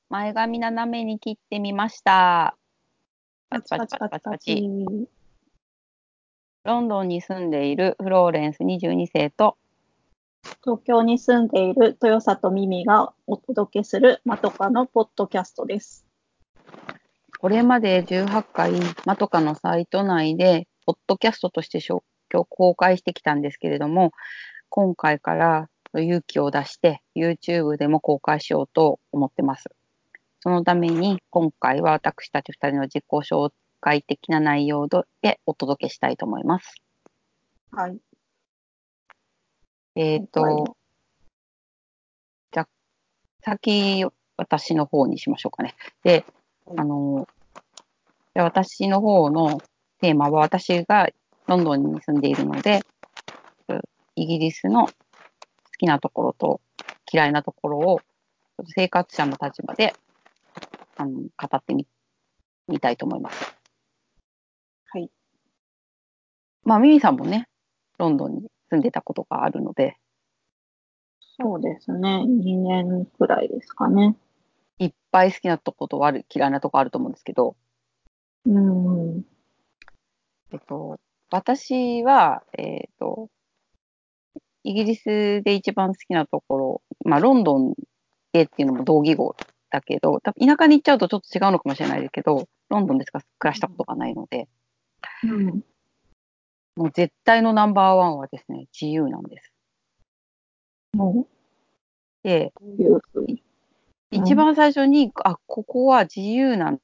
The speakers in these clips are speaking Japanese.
前髪斜めに切ってみました。パチパチパチパチパチ。ロンドンに住んでいるフローレンス22世と、 東京に住んでいる豊里ミミがお届けするまとかのポッドキャストです。 これまで18回まとかのサイト内でポッドキャストとして公開してきたんですけれども、今回から勇気を出して YouTube でも公開しようと思ってます。そのために今回は私たち2人の自己紹介的な内容でお届けしたいと思います。 はい。 じゃあ先私の方にしましょうかね。で、私の方のテーマは、私がロンドンに住んでいるので、イギリスの好きなところと嫌いなところを生活者の立場で語ってみたいと思います。 はい。 ミミさんもね、ロンドンに住んでたことがあるので。 そうですね。2年くらいですかね。 いっぱい好きなとこと嫌いなとこあると思うんですけど、 うん。 私は、イギリスで一番好きなところ、ロンドンでっていうのも同義語だけど、多分田舎に行っちゃうとちょっと違うのかもしれないですけど、ロンドンでしか暮らしたことがないので、 うん。 もう絶対のナンバーワンはですね、自由なんです。 もで、 う、いうふうに。うん。 一番最初に、ここは自由なん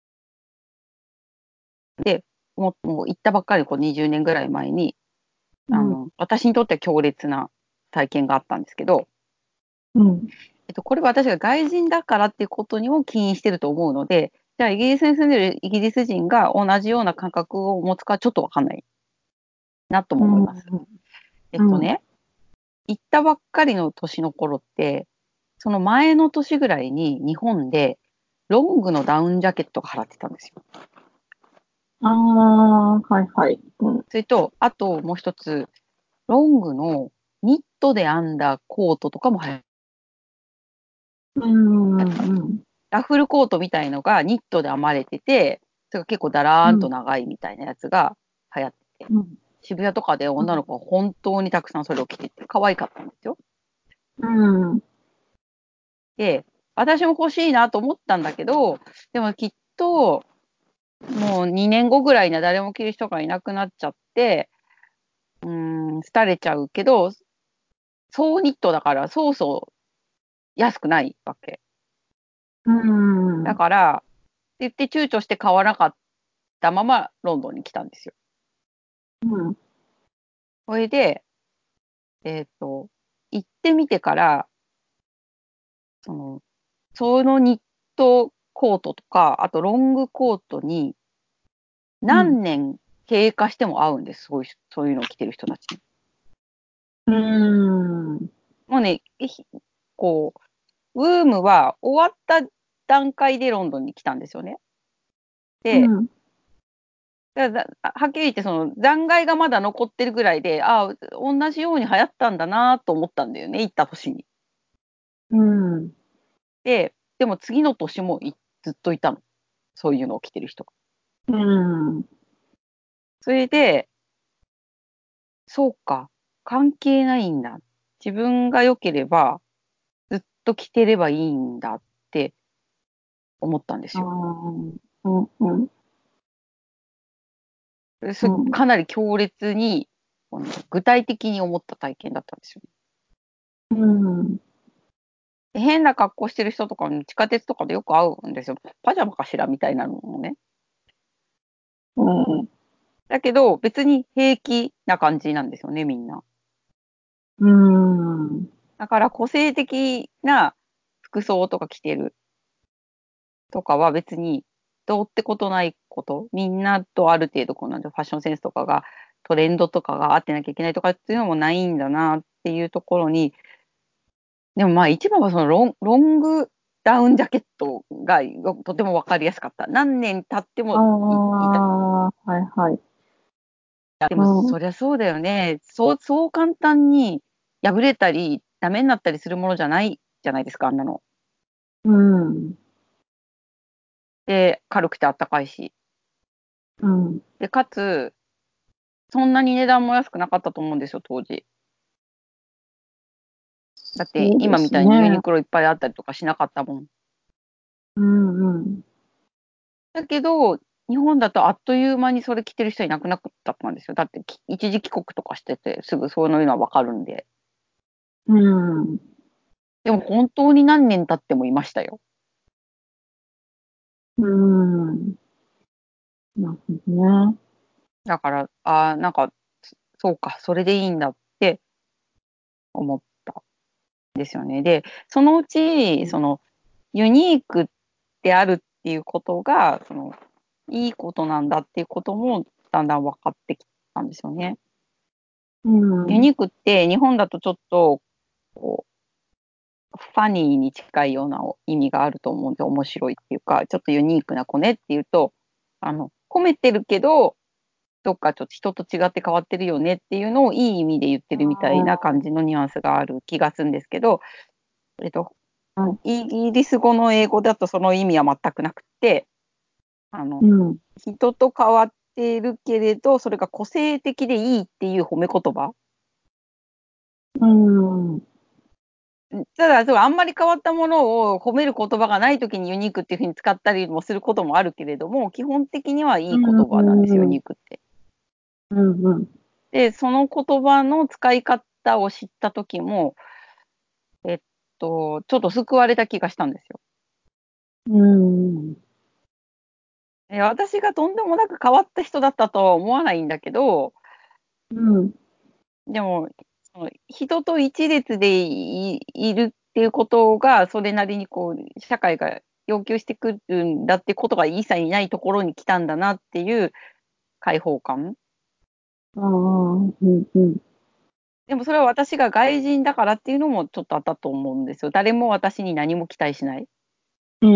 で、もう行ったばっかり20年ぐらい前に、 うん。 私にとっては強烈な体験があったんですけど、 うん。 これは私が外人だからっていうことにも起因してると思うので、じゃあイギリスに住んでるイギリス人が同じような感覚を持つかちょっとわかんないなとも思います。 うん。 行ったばっかりの年の頃って、その前の年ぐらいに日本でロングのダウンジャケットが流行ってたんですよ。 ああ、はいはい。うん。 それと、あともう一つ、ロングのニットで編んだコートとかも流行うん。 ってたんです。 うん。 ラフルコートみたいのがニットで編まれてて、それが結構だらーんとうん。 長いみたいなやつが流行ってて、 うん。 渋谷とかで女の子が本当にたくさんそれを着てて可愛かったんですよ。 うん。 で、私も欲しいなと思ったんだけど、でもきっともう2年後ぐらいには誰も着る人がいなくなっちゃって、廃れちゃうけど、総ニットだからそうそう安くないわけ。 うん。 だから、って言って躊躇して買わなかったままロンドンに来たんですよ。 うん。 それで、行ってみてから、その、そのニットコートとか、あとロングコートにうん。 何年経過しても合うんです。そういうのを着てる人たちに。 うん。 もうね、こう、ブームは終わった段階でロンドンに来たんですよね。で、 うん。 はっきり言ってその残骸がまだ残ってるぐらいで、同じように流行ったんだなと思ったんだよね、行った年に。 うん。 でも次の年もずっといたの。そういうのを着てる人が。 うん。 それで、そうか、関係ないんだ。自分が良ければ、ずっと着てればいいんだって思ったんでああ、 すよ。 うん。うん。うん。 かなり強烈に、具体的に思った体験だったんですよね。 うん。 で変な格好してる人とかに地下鉄とかでよく会うんですよ。パジャマかしらみたいなのもね。 うん。 だけど、別に平気な感じなんですよね、みんな。 うん。 だから個性的な服装とか着てるとかは別にどうってことないこと、みんなとある程度ファッションセンスとかがトレンドとかが合ってなきゃいけないとかっていうのもないんだなっていうところに、でも一番はそのロングダウンジャケットがとてもわかりやすかった。何年経ってあもいた。 あ、はいはい。 でもうん。 そりゃそうだよね。そう簡単に破れたりダメになったりするものじゃないじゃないですか、あんなの。 うん。 で、軽くてあったかいし。 うん。 で、かつ、そんなに値段も安くなかったと思うんですよ、当時。だって、 そうで今みすね。 たいにユニクロいっぱいあったりとかしなかったもん。 うんうん。 だけど、日本だとあっという間にそれ着てる人いなくなったんですよ。だって一時帰国とかしてて、すぐそういうのはわかるんで。 うん。 でも本当に何年経ってもいましたよ。 うん。なるほどね。 だから、なんか、そうか、それでいいんだって思ったんですよね。で、そのうち、ユニークであるっていうことが、いいことなんだっていうことも、だんだん分かってきたんですよね。 うん。 ユニークって日本だとちょっと、こう、ファニーに近いような意味があると思うんで、面白いっていうか、ちょっとユニークな子ねっていうと、褒めてるけど、どっかちょっと人と違って変わってるよねっていうのをいい意味で言ってるみたいな感じのニュアンスがある気がするんですけど、えっと、 あ、 イギリス語の英語だとその意味は全くなくて、あの、 うん。 人と変わっているけれど、それが個性的でいいっていう褒め言葉。 うん。 ただ、そうあんまり変わったものを褒める言葉がないときにユニークっていうふうに使ったりもすることもあるけれども、基本的にはいい言葉なんですよ、ユニークって。 うん。うん。 で、その言葉の使い方を知ったときも、えっちょっと救われた気がしたんですよ。 うん。 私がとんでもなく変わった人だったとは思わないんだけど、 うん。 でも、人と一列でいるっていうことが、それなりにこう、社会が要求してくるんだってことが一切ないところに来たんだなっていう解放感。 ああ、うん。うん。 でもそれは私が外人だからっていうのもちょっとあったと思うんですよ。誰も私に何も期待しない。 うん。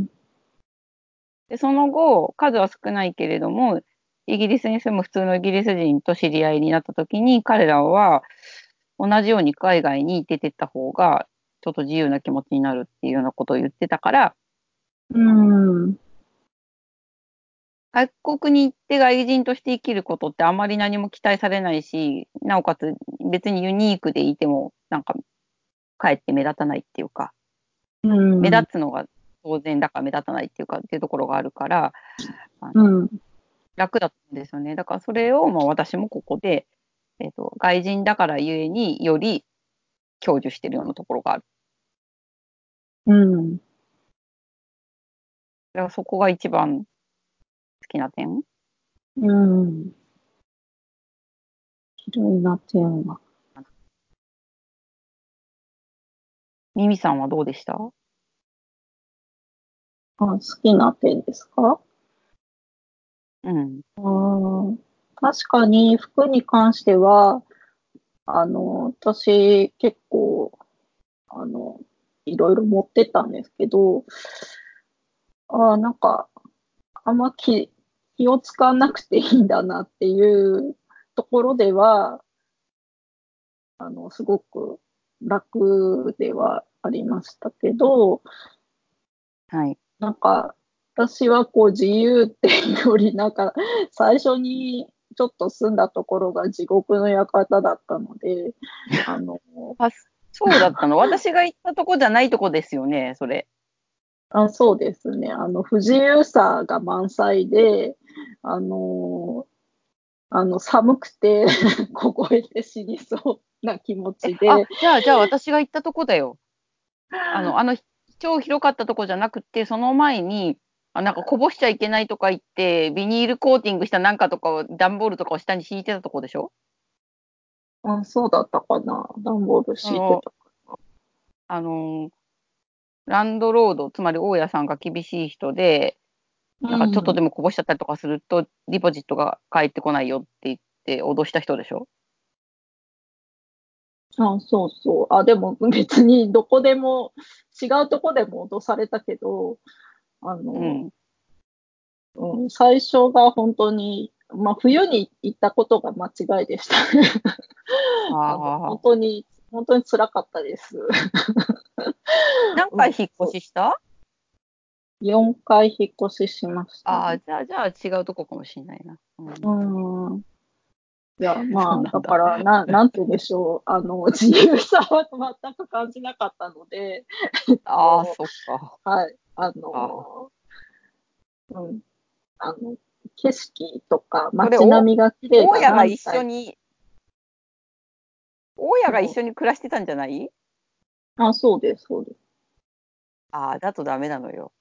で、その後、数は少ないけれども、イギリスに住む普通のイギリス人と知り合いになった時に、彼らは同じように海外に出てった方が、ちょっと自由な気持ちになるっていうようなことを言ってたから、 うん。 外国に行って外人として生きることってあまり何も期待されないし、なおかつ別にユニークでいても、なんか、かえって目立たないっていうか、 う目ん。 立つのが当然だから目立たないっていうか、っていうところがあるから、あうん。 楽だったんですよね。だからそれを、まあ、私もここで、外人だからゆえにより享受してるようなところがある。 うん。 だからそこが一番好きな点。 うん。嫌いな点は。 ミミさんはどうでした？ 好きな点ですか？ うん。 確かに服に関しては、私結構、あの、いろいろ持ってたんですけど、なんか、あんま気を使わなくていいんだなっていうところでは、すごく楽ではありましたけど、 はい。 なんか、私はこう自由っていうより、最初にちょっと住んだところが地獄の館だったので、あの、 あ、そうだったの。私が行ったとこじゃないとこですよね、それ。 そうですね。不自由さが満載で、あの、寒くて凍えて死にそうな気持ちで、 じゃあ私が行ったとこだよ。超広かったとこじゃなくて、その前に、なんかこぼしちゃいけないとか言って、ビニールコーティングしたなんかとかを、段ボールとかを下に敷いてたとこでしょ？ そうだったかな。段ボールその、 敷いてた。 あの、ランドロード、つまり大家さんが厳しい人で、 うなんかちょっとん。 でもこぼしちゃったりとかすると、ディポジットが返ってこないよって言って脅した人でしょ？ そうそう。でも別にどこでも、違うとこでも脅されたけど、あの、 うん。 最初が本当に、冬に行ったことが間違いでしたね。本ああ。 当に、本当に辛かったです。 何うん、 回引っ越しした？ 4回引っ越ししましたああ、 ね。 じゃあ違うとこかもしれないな。 うん。いや、 そうまあ、 なんだ。 だから、なんて言うんでしょう。自由さは全く感じなかったので、 ああ、そっか。 はい。 そっか。 うん。景色とかそれ、 街並みが綺麗だ大家が一なみたい緒に、大家な。 が一緒に暮らしてたんじゃない？ そうです、そうです。 ああ、だとダメなのよ。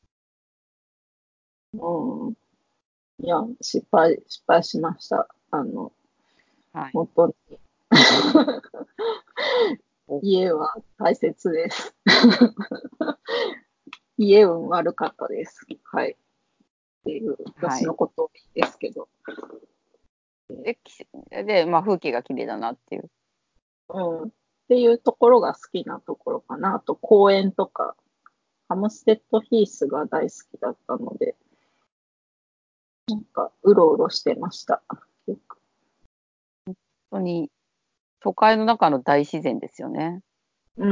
うん。いや、失敗しました。 はい。 本当に。 お家は大切です。家運悪かったです。はい。っていうはい。 私のことですけど。 まあ、風景が綺麗だなっていう。 っていうところが好きなところかな。あと公園とか、ハムステッドヒースが大好きだったので、なんかうろうろしてました。よく。 本当に、都会の中の大自然ですよね。 うん。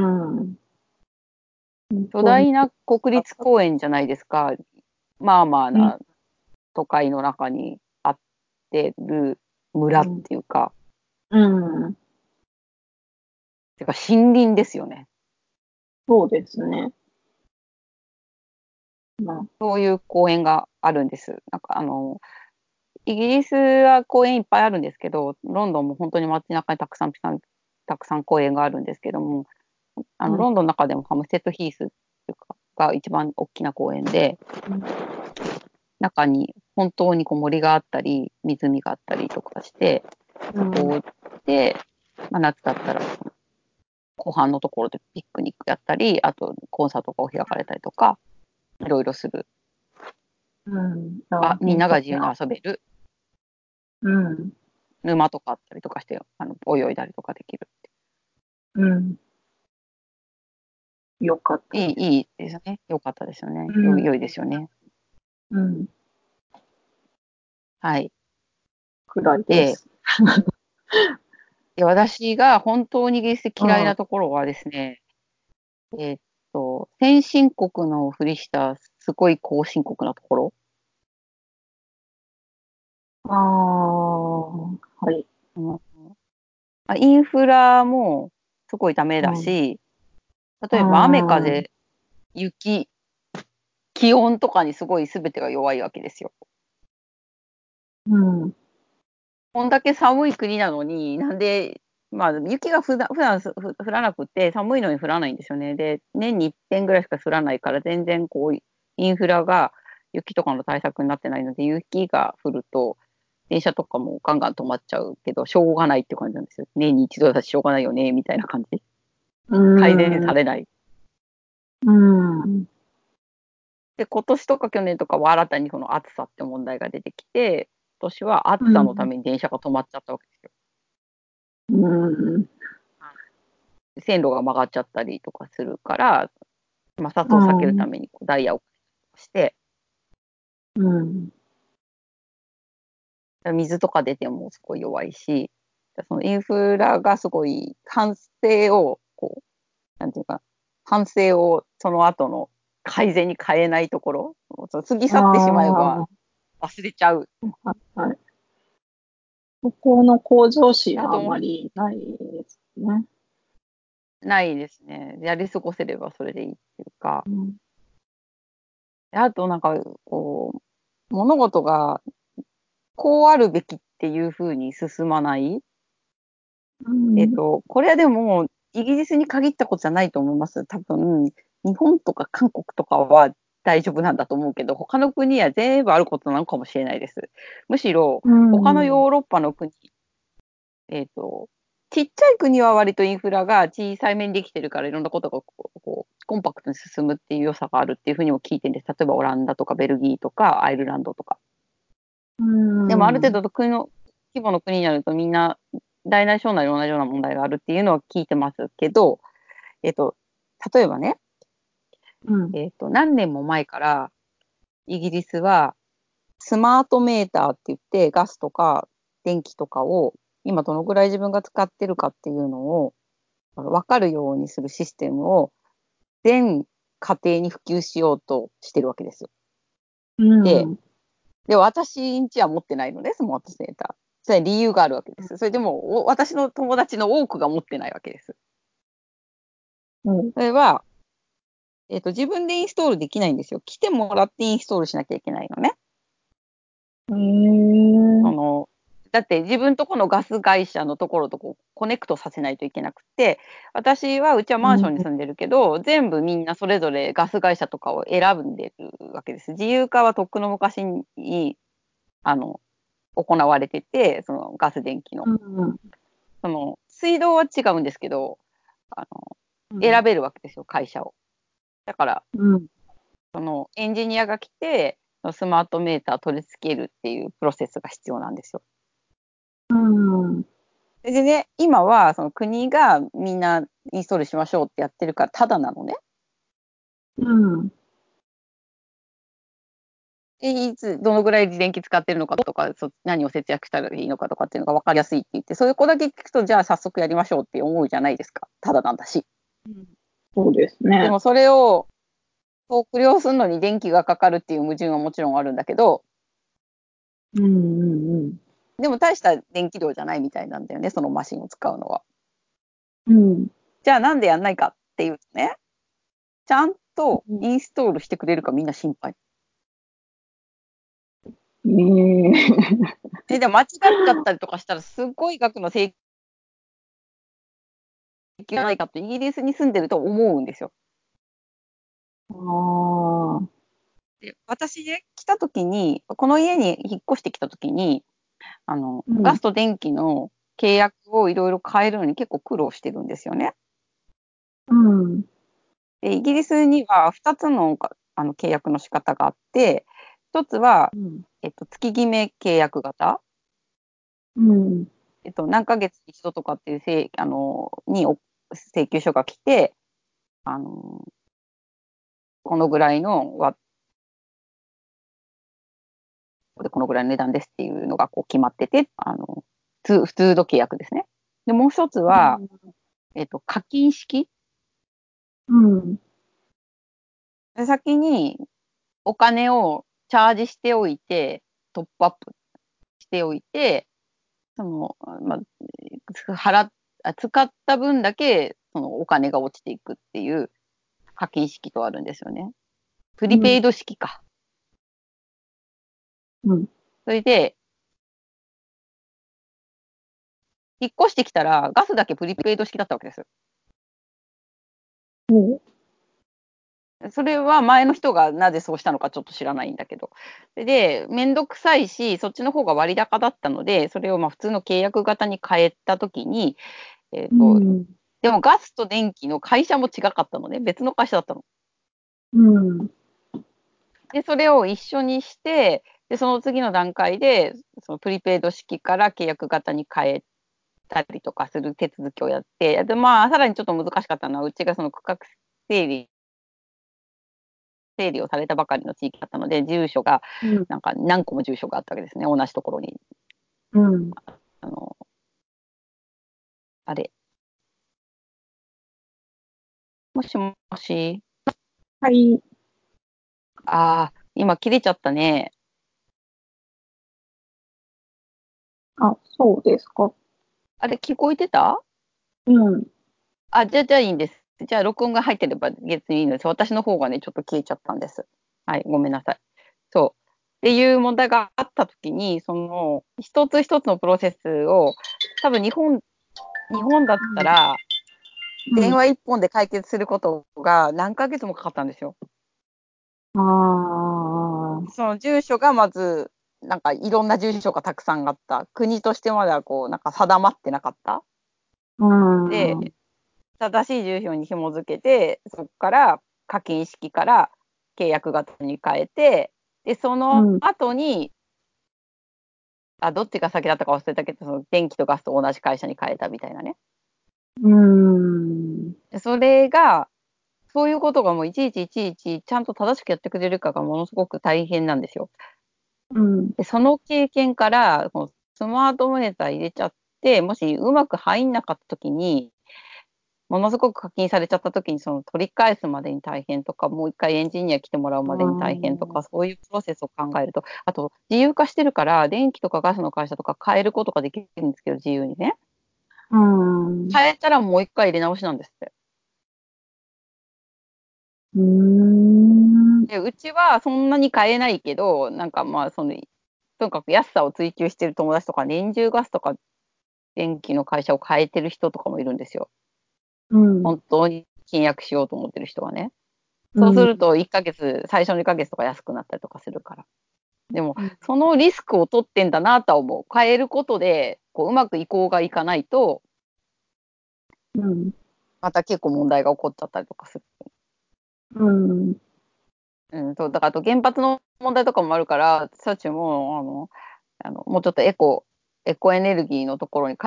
本巨当に大な国立楽しかった。 公園じゃないですか。まあまあうん。 な都会の中にあってる村っうん。 ていうか、 うん。 てか森林ですよね。 そうですね。まあ、 そういう公園があるんです。なんかイギリスは公園いっぱいあるんですけど、ロンドンも本当に街中にたくさん公園があるんですけども、 うん。 ロンドンの中でもハムステッドヒースっていうかが一番大きな公園で、 うん。 中に本当にこう森があったり、湖があったりとかして、 うん。 こうで、まあ、夏だったら後半のところでピクニックやったり、あとコンサートが開かれたりとか、いろいろする。 うん。 みん本当に。 なが自由に遊べるうん。 沼とかあったりとかして、泳いだりとかできる。 うん。よかったです。 いいですね。よかったですよね。 うん。 良いですよね。 うん。 はい。 くらいでで、 す。 私が本当にイギリスでうん。あ嫌いなところはですね、えーっ先進国のふりしたすごい後進国なところ。 あ、はい。 うんインフラもすごいダメうん。 だし、 う例えば雨ん。 風、雪、気温とかにすごい全てが弱いわけですよ。 うん。 こんだけ寒い国なのに、なんで、まあ、雪が普段降らなくて、寒いのに降らないんですよね。で、年に一遍ぐらいしか降らないから、全然こう、インフラが雪とかの対策になってないので、雪が降ると、電車とかもガンガン止まっちゃうけど、しょうがないって感じなんですよ。年に一度だししょうがないよね、みたいな感じ。 う改善ん。 されない。 うん。 で、今年とか去年とかは新たにこの暑さって問題が出てきて、今年は暑さのたうん。 めに電車が止まっちゃったわけですよ。 うん。 線路が曲がっちゃったりとかするから、摩擦を避けるたうん。 めにこうダイヤをして、 うん。 水とか出てもすごい弱いし、そのインフラがすごい反省を、こう、なんていうか、反省をその後の改善に変えないところ、その過ぎあ去ってしまえばあ、 忘れちゃう。 はい。ここの向上心はあまあと、 りないですね。 ないですね。やり過ごせればそれでいいっていうか。 うん。 あとなんか、こう、物事がこうあるべきっていうふうに進まない。 うん。 これはでも、イギリスに限ったことじゃないと思います。多分、日本とか韓国とかは大丈夫なんだと思うけど、他の国は全部あることなのかもしれないです。むしろ、 うん。 他のヨーロッパの国、えっと、ちっちゃい国は割とインフラが小さい面にできてるからいろんなことがコンパクトに進むっていう良さがあるっていうふうにも聞いてるんです。例えばオランダとかベルギーとかアイルランドとか。 うでもある程ん。 度国の規模の国になるとみんな大なり小なり同じような問題があるっていうのは聞いてますけど、えっと、例えばね、 うん。 何年も前からイギリスはスマートメーターって言ってガスとか電気とかを今どのぐらい自分が使ってるかっていうのを分かるようにするシステムを全家庭に普及しようとしてるわけですよ。 うん。 で、私んちは持ってないのね、スマートセンター。それは理由があるわけです。それでも、私の友達の多くが持ってないわけです。 うん。 それは、自分でインストールできないんですよ。来てもらってインストールしなきゃいけないのね。 へえ。 だって自分とこのガス会社のところとコネクトさせないといけなくて、私はうちはマンションに住んでるけど、全部みんなそれぞれガス会社とかを選んでるわけです。自由化はとっくの昔に、行われてて、そのガス電気の。 うん。 水道は違うんですけど、あの、 うん。 選べるわけですよ、会社を。だから、 うん。 エンジニアが来て、スマートメーター取り付けるっていうプロセスが必要なんですよ。 うん。 でね、今はその国がみんなインストールしましょうってやってるから、ただなのね。 うん。 でいつ、どのぐらい電気使ってるのかとか、何を節約したらいいのかとかっていうのが分かりやすいって言って、そういう子だけ聞くと、じゃあ早速やりましょうって思うじゃないですか。ただなんだし。 そうですね。 でもそれを測量するのに電気がかかるっていう矛盾はもちろんあるんだけど、 うん。うん。 でも大した電気量じゃないみたいなんだよね、そのマシンを使うのは。 うん。 じゃあなんでやんないかっていうとね、ちゃんとうん。 インストールしてくれるかみんな心配。でも間違っちゃったりとかしたら、すっごい額の請求じゃないかと、イギリスに住んでると思うんですよ。 ああ。 で、私ね、来た時に、この家に引っ越してきた時に、 うん。 ガスと電気の契約をいろいろ変えるのに結構苦労してるんですよね。 うん。 で、イギリスには2つの契約の仕方があって、1つは、 うん。 月決め契約型。 うん。 何ヶ月に一度とかっていうに請求書が来て、あの、このぐらいのこのぐらいの値段ですっていうのがこう決まってて、普通の契約ですね。で、もう一つは、課金式。 うん。 で先にお金をチャージしておいて、トップアップしておいて、まあ、使った分だけ、そのお金が落ちていくっていう課金式とあるんですよね。プリペイド式か。 うん。 それで、引っ越してきたら、ガスだけプリペイド式だったわけです。それは前の人がなぜそうしたのかちょっと知らないんだけど。で、めんどくさいし、そっちの方が割高だったので、それをまあ普通の契約型に変えたときに、えっうと、 ん。 でもガスと電気の会社も違かったのね。別の会社だったの。 うん。 で、それを一緒にして、で、その次の段階で、そのプリペイド式から契約型に変えたりとかする手続きをやって、で、まあ、さらにちょっと難しかったのは、うちがその区画整理をされたばかりの地域だったので、住所が、 うん。 なんか何個も住所があったわけですね、同じところに。 うん。 あの、あれ、もしもし、 はい。 今切れちゃったね。 あ、そうですか。 あれ、聞こえてた？ うん。 じゃあいいんです。じゃあ、録音が入ってれば別にいいのです。私の方がね、ちょっと消えちゃったんです。はい、ごめんなさい。そう。っていう問題があったときに、一つ一つのプロセスを、多分日本だったら、 うん。 電話一本で解決することが何ヶ月もかかったんですよ。 ああ。 その住所がまず、なんかいろんな住所がたくさんあった。国としてまだなんか定まってなかった。 うん。 で、正しい住所に紐付けて、そこから課金式から契約型に変えて、で、そのうん。 後に、どっちが先だったか忘れたけど、その電気とガスと同じ会社に変えたみたいなね。 うん。 でそれが、そういうことがもういちいちちゃんと正しくやってくれるかがものすごく大変なんですよ。 うん。 で、その経験から、このスマートモニター入れちゃって、もしうまく入んなかった時に、 ものすごく課金されちゃった時にその取り返すまでに大変とか、もう一回エンジニア来てもらうまでに大変とか、そういうプロセスを考えると、あと自由化してるから、電気とかガスの会社とか変えることができるんですけど、自由にね。 うん。 変えたらもう一回入れ直しなんですって。 うん。 で、うちはそんなに変えないけど、なんかまあ、とにかく安さを追求してる友達とか、年中ガスとか電気の会社を変えてる人とかもいるんですよ。 うん。 本当に契約しようと思ってる人はね。 うん。 そうすると1ヶ月、最初の1ヶ月とか安くなったりとかするから。でも、そのリスクを取ってんだなとは思う。変えることで、うまく移行がいかないと、 うん。 また結構問題が起こっちゃったりとかする。 うん。 そう、だからあと原発の問題とかもあるから、私たちも、もうちょっとエコエネルギーのところに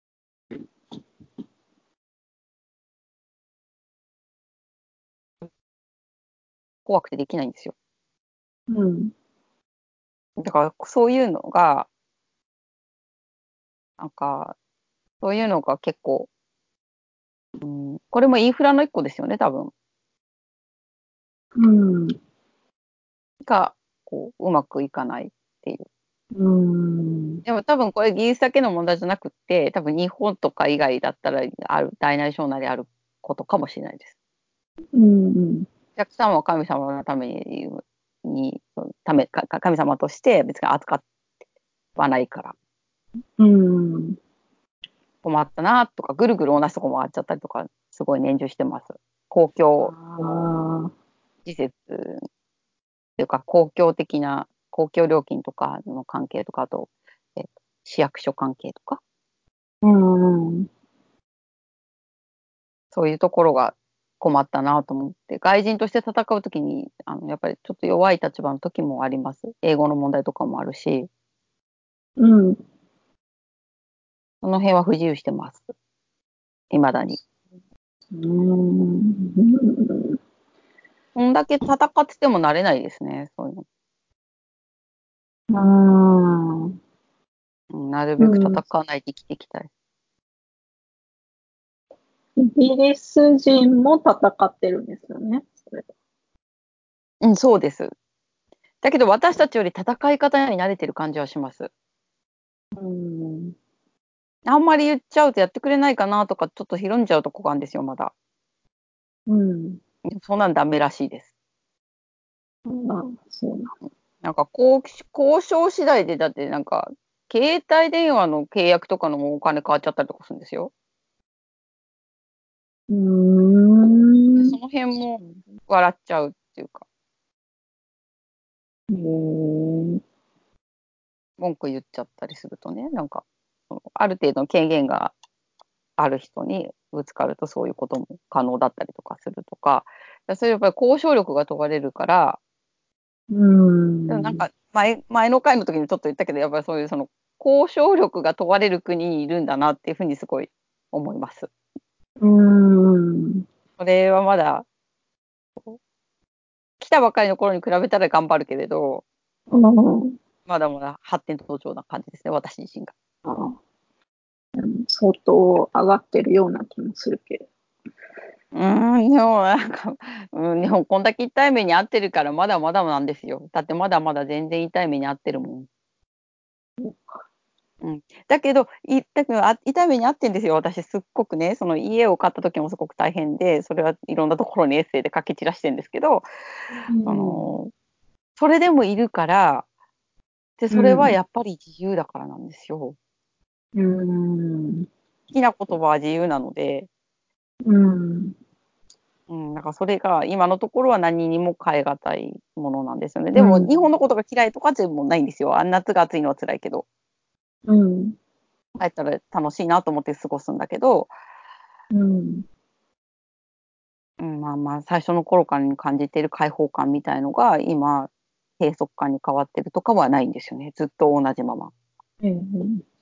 怖くてできないんですよ。 うん。 だからそういうのが、なんか、そういうのが結構、これもインフラの一個ですよね、多分。 うん。 が、うまくいかないっていう。 うん。 でも多分これ技術だけの問題じゃなくって、多分日本とか以外だったら大なり小なりあることかもしれないです。 うん。 お客さんは神様のために、そのため、神様として別に扱わないからうん。 困ったなとか、ぐるぐる同じとこ回っちゃったりとか、すごい年中してます。公共ああ。 施設っていうか、公共料金とかの関係とか、あと、市役所関係とか、 うん。 そういうところが困ったなと思って、外人として戦うときに、やっぱりちょっと弱い立場の時もあります。英語の問題とかもあるし、 うん。 その辺は不自由してます。未だに。 うん。 こんだけ戦っててもなれないですね、そういうの。 ああ。 なるべく戦うん。 わないで生きていきたい。 イギリス人も戦ってるんですよね、それ。 うん、そうです。だけど私たちより戦い方に慣れてる感じはします。 うん。 あんまり言っちゃうとやってくれないかなとか、ちょっとひるんじゃうとこがあるんですよ、まだ。 うん。 そんなんダメらしいです。 ああ、そうな。 なんか交渉次第で、だってなんか、携帯電話の契約とかのもお金変わっちゃったりとかするんですよ。 うーん。 でその辺も笑っちゃうっていうか、 へえ。 文句言っちゃったりするとね、なんか、ある程度の権限がある人にぶつかるとそういうことも可能だったりとかするとか、それやっぱり交渉力が問われるから、 うん。 でもなんか前の回の時にちょっと言ったけど、やっぱりそういうその交渉力が問われる国にいるんだなっていうふうにすごい思います。 うん。 それはまだ来たばかりの頃に比べたら頑張るけれど、 うん。 まだまだ発展途上な感じですね、私自身が。 ああ、相当上がってるような気もするけど。 でもなんか、でもこんだけ痛い目に遭ってるからまだまだなんですよ。だってまだまだ全然痛い目に遭ってるもん。だけど、痛い目に遭ってんですよ。私すっごくね、その家を買った時もすごく大変で、それはいろんなところにエッセイで書き散らしてるんですけど、 うあん。 の、それでもいるから、で、それはうん。 やっぱり自由だからなんですよ。 うん。 好きな言葉は自由なので、 うん。 だからそれが今のところは何にも代え難いものなんですよね。でも日本うん。 のことが嫌いとか全部ないんですよ。夏が暑いのは辛いけど、 うん。 帰ったら楽しいなと思って過ごすんだけど、 うん。 まあまあ最初の頃から感じている解放感みたいのが今、閉塞感に変わってるとかはないんですよね。ずっと同じまま。 ええ。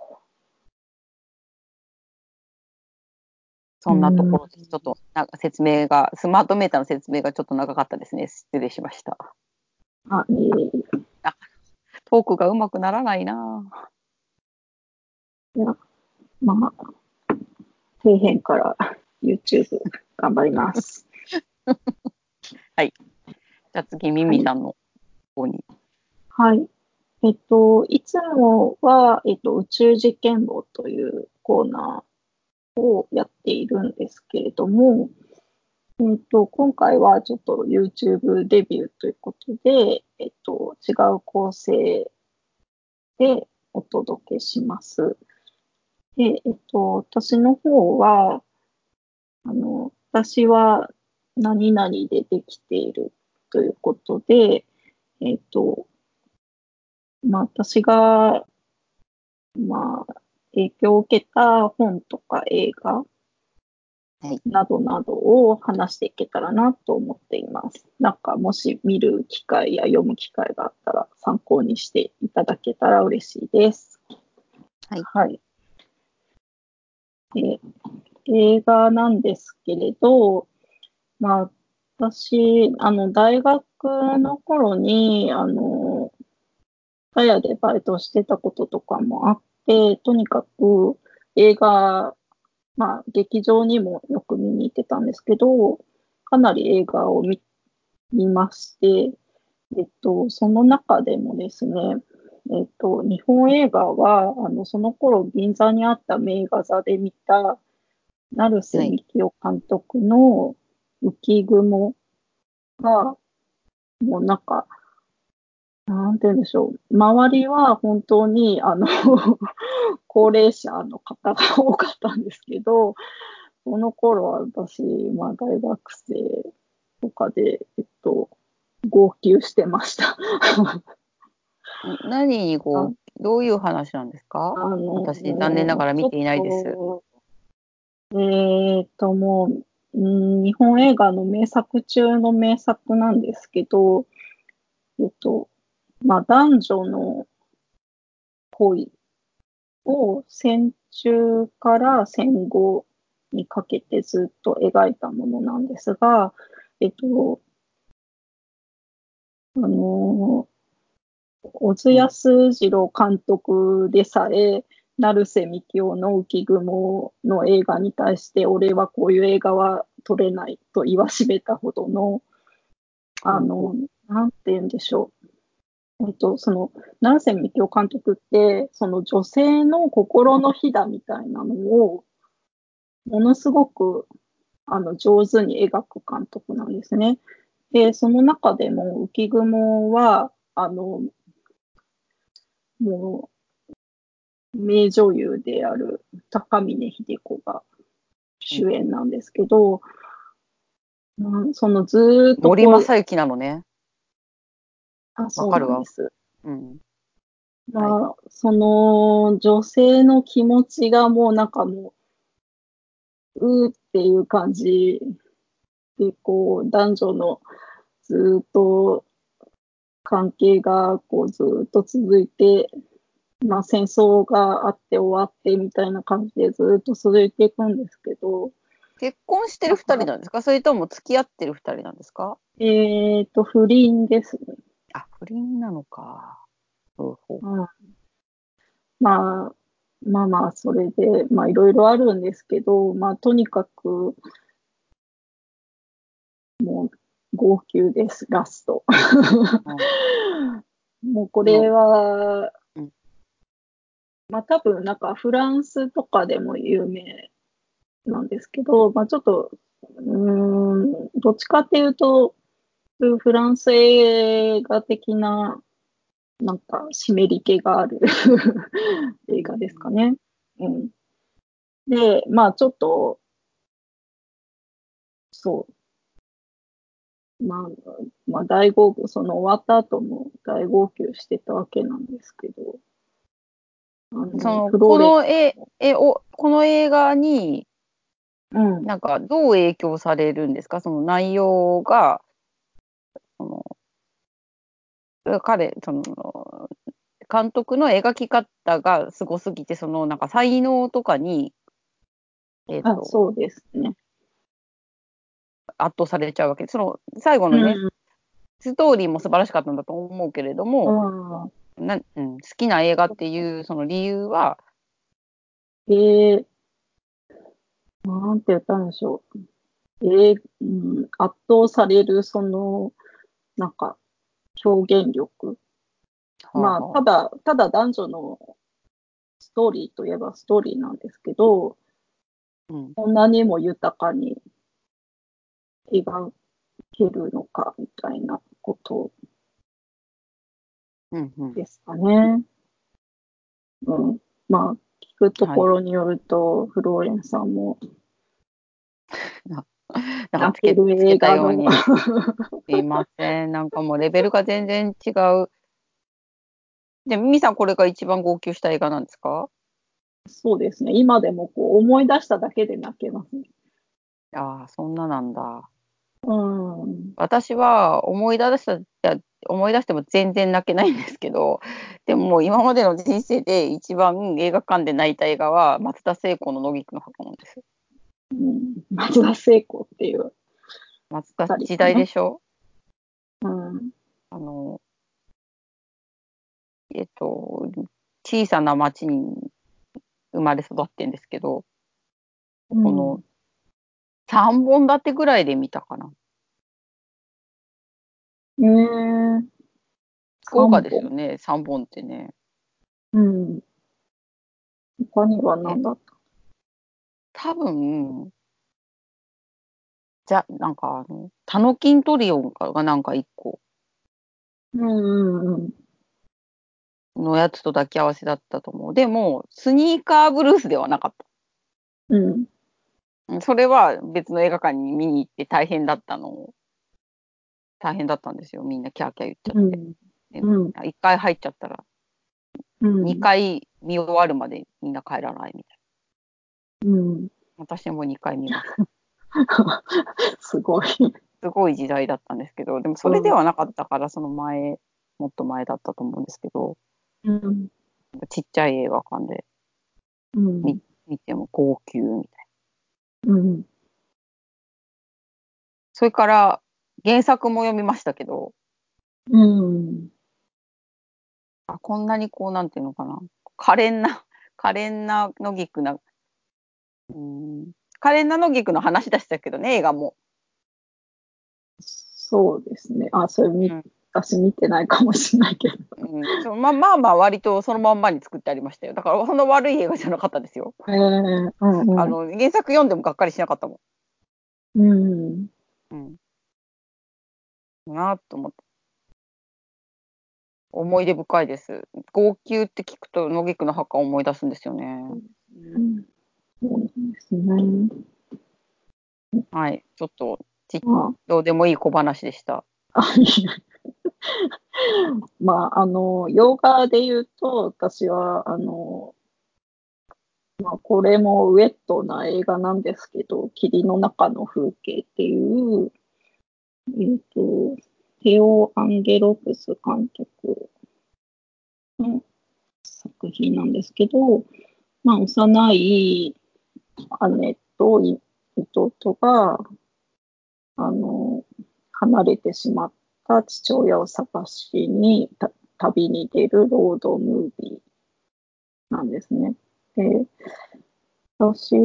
そんなところです。ちょっとなんかスマートメーターの説明がちょっと長かったですね。失礼しました。 あ、いえいえ。 あ、トークがうまくならないな。 いや、まあ、底辺から。 YouTube 頑張ります。 はい。じゃあ次、ミミさんの方に。 はい。いつもは、宇宙実験簿というコーナーをやっているんですけれども、今回はちょっと YouTube デビューということで、違う構成でお届けします。で、私の方は、私は何々でできているということで、私が、影響を受けた本とか映画などなどを話していけたらなと思っています。なんか、もし見る機会や読む機会があったら参考にしていただけたら嬉しいです。 はい。 はい。で、映画なんですけれど、私、大学の頃に、ガヤでバイトしてたこととかもあって、とにかく映画、劇場にもよく見に行ってたんですけど、かなり映画を見まして、その中でもですね、日本映画は、その頃銀座にあった名画座で見た、成瀬はい。 幹雄監督の浮雲が、もうなんか、なんて言うんでしょう。周りは本当に、高齢者の方が多かったんですけど、その頃は私、大学生とかで、号泣してました。 何にあどういう話なんですか？私、残念ながら見ていないです。 もう、日本映画の名作中の名作なんですけど、男女の恋を戦中から戦後にかけてずっと描いたものなんですが、あの、小津安二郎監督でさえ、成瀬幹雄の浮雲の映画に対して、俺はこういう映画は撮れないと言わしめたほどの、なんて言うんでしょう。成瀬幹雄監督って、その女性の心のひだみたいなのを、ものすごく、上手に描く監督なんですね。で、その中でも浮雲は、もう、名女優である高峰秀子が主演なんですけど、そのずーっと森正幸なのね。 そうわかるわ。 なんです。 うん。はい。 その女性の気持ちがもうなんかもう、っていう感じで、男女のずーっと関係がずーっと続いて、戦争があって終わってみたいな感じでずーっと続いていくんですけど、 結婚してるなんか、 二人なんですか？それとも付き合ってる二人なんですか？ 不倫ですね。 あ、不倫なのか。ほう。 うん、まあ、それで、いろいろあるんですけど、とにかく、もう、号泣です、ラスト。 うん。 もうこれその、 は、 うん。 多分なんかフランスとかでも有名なんですけど、ちょっと、どっちかっていうと、フランス映画的な、なんか湿り気がある映画ですかね。うん。で、ちょっと、そう、大号泣、その終わった後も大号泣してたわけなんですけど、フローレンこの映画に、 うん。 なんかどう影響されるんですか？その内容が、そその、監督の描き方がすごすぎて、そのなんか才能とかに、えっと、 そうですね。 圧倒されちゃうわけで、その最後のね、 うん。 ストーリーも素晴らしかったんだと思うけれども、 あ好きな映画っていうその理由は、 で、 なんて言ったんでしょう。圧倒される、なんか、表現力。まあ、 はあはあ。 ただ男女のストーリーといえばストーリーなんですけど、 うん。 こんなにも豊かに描けるのか、みたいなことうんうん。 ですかね。うん。まあ、聞くとはい。 ころによると、フローレンさんもななんか泣けるつけた映画のように、すいません。なんかもうレベルが全然違う。で、ミミさんこれが一番号泣した映画なんですか？ そうですね。今でもこう思い出しただけで泣けますね。 ああ、そんななんだ。 うん。 私は思い出しても全然泣けないんですけど、でも今までの人生で一番映画館で泣いた映画は松田聖子の野菊の箱なんです。 うん、松田聖子っていう松田時二人がね。 代でしょ？ うん。 あの、えっと、小さな町に生まれ育ってんですけど、このうん。 3本立てぐらいで見たかな。 えー、 豪華ですよ三本。 ね、3本ってね。 うん。他にはえ、 何だった？ 多分、なんかタノキントリオンがなんか1個うんうんうん。 のやつと抱き合わせだったと思う。でも、スニーカーブルースではなかった。 うん。 それは別の映画館に見に行って大変だったんですよ。みんなキャーキャー言っちゃって。 うん。 で、 うん。 1回入っちゃったら、 うん 2回見終わるまでみんな帰らないみたいうん。 な。私も2回見ました。 すごい。 すごい時代だったんですけど、でもそうん。 れではなかったから、その前、もっと前だったと思うんですけど、 うん。 ちっちゃい映画館で見、 うん。 見ても号泣みたいな。 うん。 それから原作も読みましたけど、 うん。 あ、こんなにこう、なんていうのかな、可憐な、可憐な野菊な、うん、可憐な野菊の話でしたけどね、映画も。 そうですね。あ、 うん、 私見てないかもしれないけど。 まあ、割とそのまんまに作ってありましたよ。だから、そんな悪い映画じゃなかったですよ。 うんうん。 原作読んでもがっかりしなかったもうん。 ん。うん。なと思って。思い出深いです。号泣って聞くと、野菊の墓を思い出すんですよね。 うん。そうなんですね。 はい。ちょっと、 まどうでもいい小話でした。 あ、まあ、洋画で言うと、私は、まあ、これもウェットな映画なんですけど、霧の中の風景っていう、えっと、テオ・アンゲロプス監督の作品なんですけど、まあ、幼い姉と弟が、あの、離れてしまった父親を探しに旅に出るロードムービーなんですね。で、私、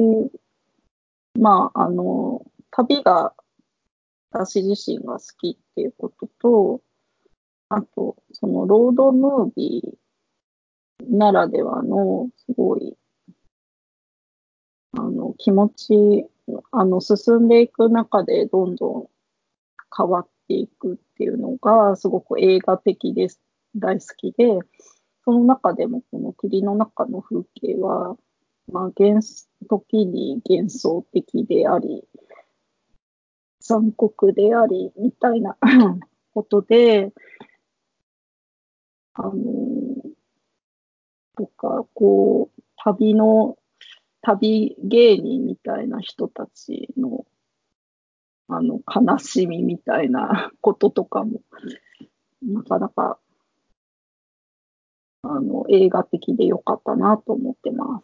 まあ、旅が私自身が好きっていうことと、あと、そのロードムービーならではの、すごい、気持ち、進んでいく中でどんどん変わっていくっていうのが、すごく映画的です。大好きで、その中でもこの霧の中の風景は、まあ、時に幻想的であり、残酷であり、みたいなことで、あの、とか、こう、旅芸人みたいな人たちの、悲しみみたいなこととかも、なかなか、映画的で良かったなと思ってます。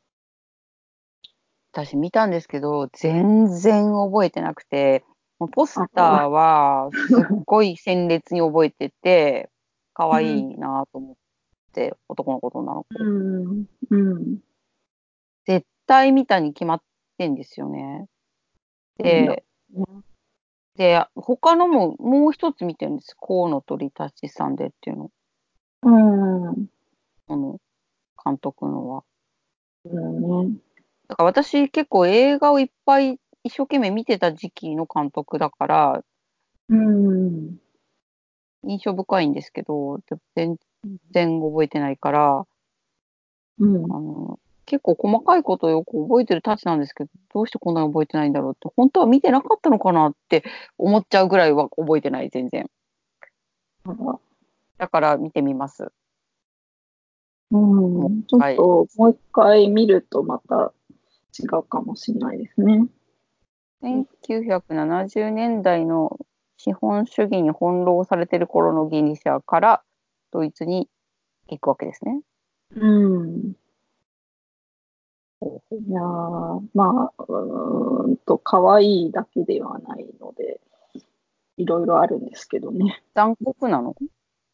私見たんですけど、全然覚えてなくて、もうポスターあ、 はすっごい鮮烈に覚えてて、可愛いうん、 なと思って、男の子と女の子。 うん、うん、 絶対見たに決まっててんですよね。 なんだで、他のもう一つ見てるんです。コウノトリたちさんでっていうの。この監督のは。だから私結構映画をいっぱい一生懸命見てた時期の監督だから、印象深いんですけど、でも全然覚えてないから、結構細かいことをよく覚えてるたちなんですけど、どうしてこんなに覚えてないんだろうって、本当は見てなかったのかなって思っちゃうぐらいは覚えてない、全然。だから見てみます。もう一ちょっ回。 ともう一回見るとまた違うかもしれないですね。 1970年代の資本主義に翻弄されている頃のギリシャからドイツに行くわけですね。 いやまあ、可愛いだけではないので、いろいろあるんですけどね。 残酷なの？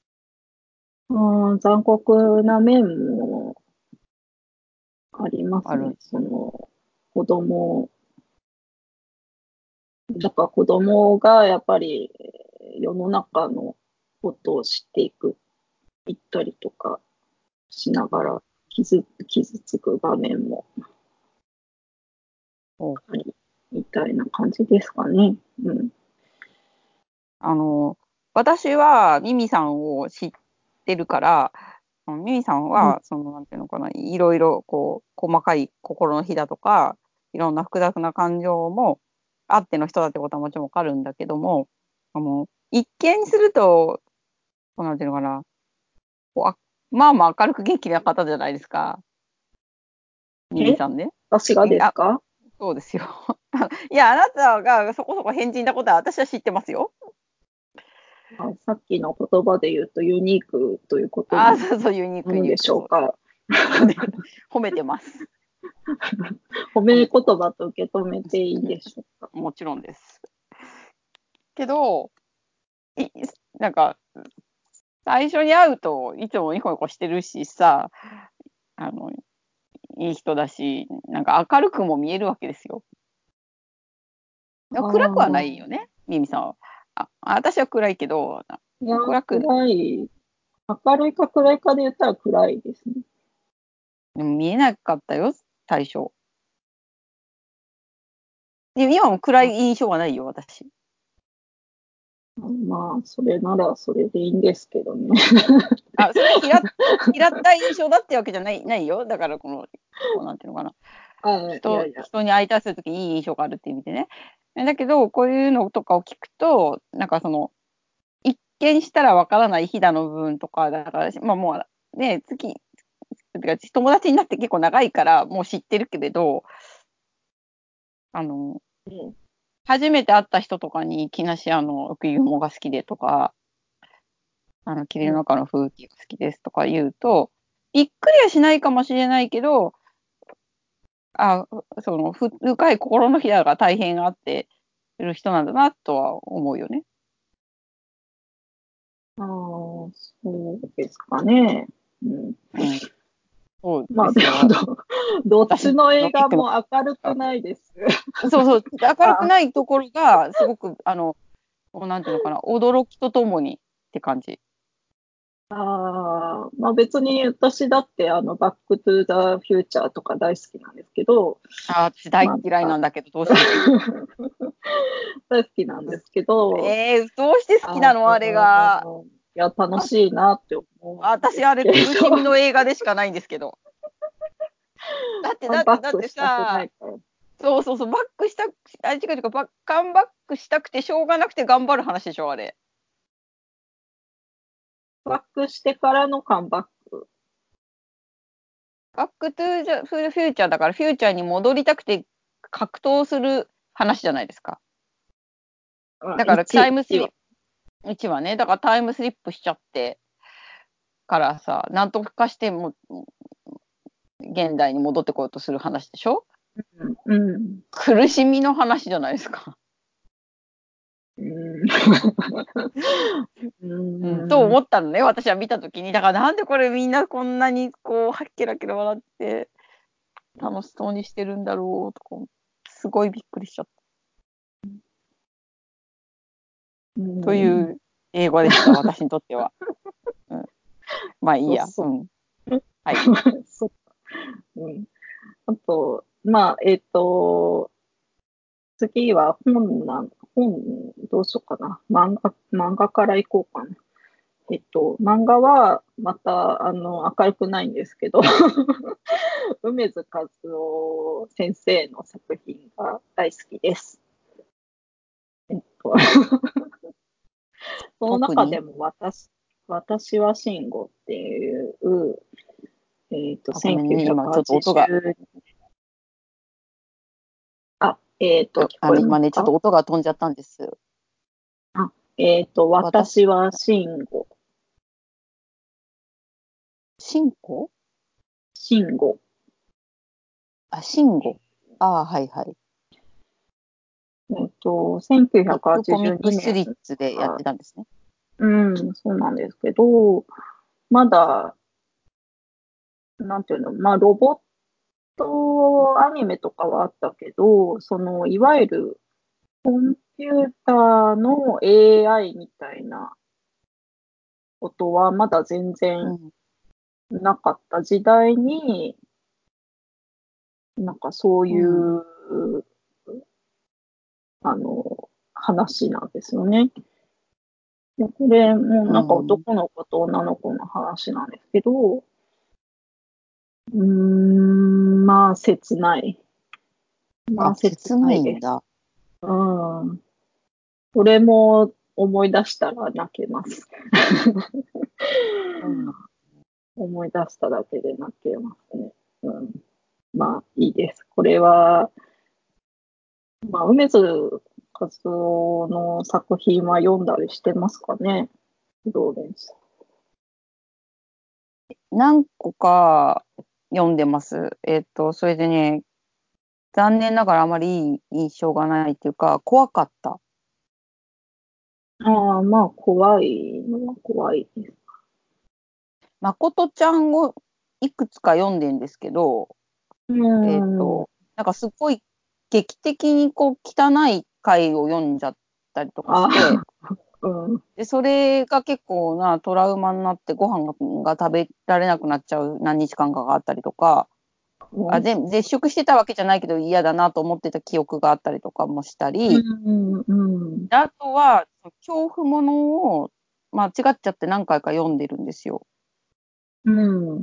残酷な面もありますね。 ある。 子供、だから子供がやっぱり世の中のことを知っていったりとかしながら傷つく場面もあり、みたいな感じですかね。 あの、私はミミさんを知ってるから、ミミさんは、なんていうのかな、いろいろ、細かい心のひだとか、いろんな複雑な感情もあっての人だってことはもちろんわかるんだけども、一見すると、なんていうのかな、こうあまあまあ明るく元気な方じゃないですか、ミミえ、 さんね。 私がですか？ そうですよ。いや、あなたがそこそこ変人なことは私は知ってますよ。 さっきの言葉で言うとユニークということにそうそう、ユニーク、ユニーク、 なるんでしょうそう。 か。 褒めてます。 褒め言褒めてます。 葉と受け止めていいんでしょうか。 もちろんです。けど、いなんか、最初に会うといつもニコニコしてるしさ、あの、いい人だし、なんか明るくも見えるわけですよ。でも暗くはなあいよね、ミミさんは。私は暗いけど、 いや、 暗く、 暗い。明るいか暗いかで言ったら暗いですね。 でも見えなかったよ、最初。で今も暗い印象はないよ、私。 まあ、それならそれでいいんですけどね。 それ平った印象だってわけじゃないよ。だから、なんていうのかな。 いやいや。 人に相対するときにいい印象があるっていう意味でね。だけど、こういうのとかを聞くと、なんか一見したらわからないひだの部分とか、だから、まあもうね、てか友達になって結構長いから、もう知ってるけれど、あの、初めて会った人とかに、木梨屋の浮雲が好きでとか、霧の中の風景が好きですとか言うと、びっくりはしないかもしれないけど、あ、深い心のひだが大変あってる人なんだなとは思うよね。 そうですかね。 うん。そうまあでですよ。 もどっち私の映画の結も明るくないです。 そうそう、明るくあないところが、すごく、なんていうのかな、驚きとともにって感じ。 まあ別に私だってバックトゥーザフューチャーとか大好きなんですけど、 私大ま嫌いあ、 なんだけど、どうしよ大好きなんう。 ですけど、 どうして好きなのあれが。 いや、楽しいなって思うんで私、あれ、 すけれ苦しみのど、 映画でしかないんですけど。 バッだってクしたくなさ、 いから。 そうそうそう、バックした、違う違う、カムバックしたくてしょうがなくて頑張る話でしょ、あれ。 バックしてからのカムバック。 バックトゥーザフューチャーだから、フューチャーに戻りたくて格闘する話じゃないですか。だからタイムス 1は。 リップ、1はね、だからタイムスリップしちゃってからさ、なんとかしても現代に戻ってこようとする話でしょ？ うん。 苦しみの話じゃないですか。 うん。うとん。 思ったのね、私は見たときに。だからなんでこれみんなこんなにこう、はっけらけら笑って楽しそうにしてるんだろうとか。 すごいびっくりしちゃった。というんう英語でした、私にとっては。まあいいや。 そうはい。 そううん、あと、次は本、どうしようかな。漫画からいこうかな。漫画は、また、明るくないんですけど、梅津和夫先生の作品が大好きです。えっと、その特に中でも私は慎吾っていう、 ごめんね、今ちょっと音が、 1980、聞こえま今ね、ちょっすか？ と音が飛んじゃったんです。 あ、 私、 私は慎吾。 慎吾慎吾。 あ、慎吾。ああ、はいはい。ブックコ 1982 ミックス年リッツでやっか、 てたんですね。 そうなんですけど、まだ、なんていうの、ロボットアニメとかはあったけど、いわゆるコンピューターの AI みたいなことはまだ全然うん。 なかった時代に、なんかそういうん。 う、話なんですよね。で、これもなんかうん。 男の子と女の子の話なんですけど、切ない。 あ、 切切なないです。 いんだ。 うん。これも思い出したら泣けます。 そうなん思い出しただけで泣けますね。いいです。これは、梅津和夫の作品は読んだりしてますかね、ローレンス。 何個か読んでます。それでね、残念ながらあまりいい印象がないっていうか、怖かった。 ああ、怖いのは怖いです。 まことちゃんをいくつか読んでんですけど、 うん。 なんかすごい劇的にこう汚い回を読んじゃったりとかしあて、 あ、うん。 で、それが結構なトラウマになってご飯が食べられなくなっちゃう何日間かがあったりとか、絶食してたわけじゃないけど嫌だなと思ってた記憶があったりとかもしたうり、 ん。うん。 であとは恐怖ものを間違っちゃって何回か読んでるんですよ。 うん。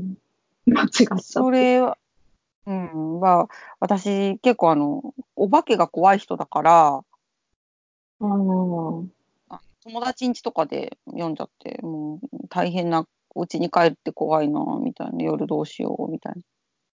間違っちゃって。 それは、私結構お化けが怖い人だから、 ああ、 友達ん家とかで読んじゃって、もう大変な、お家に帰って怖いな、みたいな、夜どうしよう、みたいな。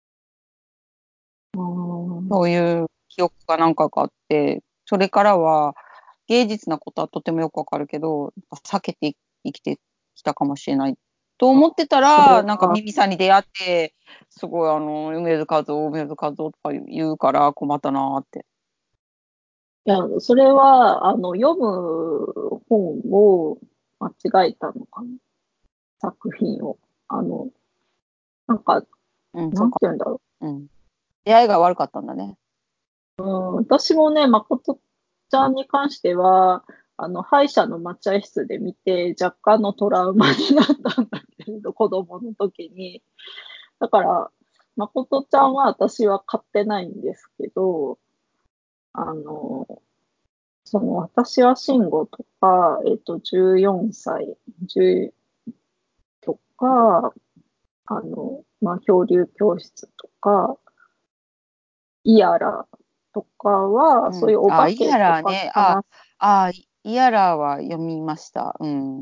ああ、 そういう記憶が何回かあって、それからは芸術なことはとてもよくわかるけど、避けて生きてきたかもしれないと思ってたそれら、なんかは、 ミミさんに出会って、すごい梅津和夫とか言うから困ったなーって。 いや、それは、読む本を間違えたのかな、作品を。あの、なんか、 うん、そうなんてか。 言うんだろうん。出会いが悪かったんだね。 う。私もね、誠ちゃんに関しては、歯医者の待合室で見て、若干のトラウマになったんだけれど、子供の時に。だから、誠ちゃんは私は買ってないんですけど、あの、私は慎吾とか、14歳、10とか、漂流教室とか、イヤラとかは、 うん。 そういうお化イけとかのヤラーね。 話、 イヤラーは読みました。うん、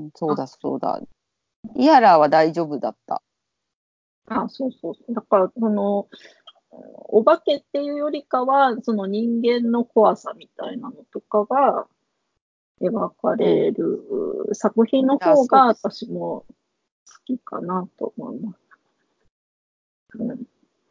そうだそうだ。イヤラーは大丈夫だった。 そうそうそう。だから、お化けっていうよりかは、その人間の怖さみたいなのとかが描かうん。 れる作品の方がそうです。 私も好きかなと思います。うん、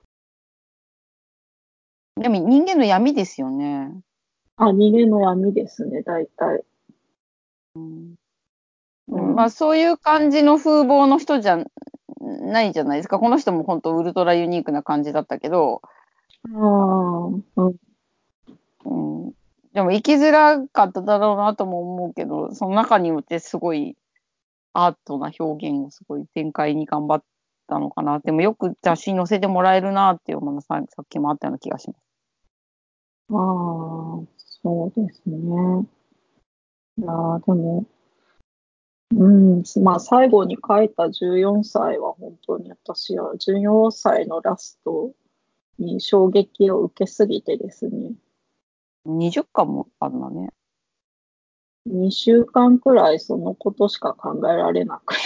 でも人間の闇ですよね。 人間の闇ですね、大体。 うん。 うん。 そういう感じの風貌の人じゃないじゃないですか。この人も本当ウルトラユニークな感じだったけど、 ああ、うん。 うん。でも生きづらかっただろうなとも思うけど、その中によってすごいアートな表現をすごい展開に頑張ったのかな。でもよく雑誌に載せてもらえるなっていうのがさっきもあったような気がします。 ああ、そうですね。いやーでも、うん、まあ最後に書いた14歳は本当に私は14歳のラストに衝撃を受けすぎてですね、 20巻もあるのね。 2週間くらいそのことしか考えられなく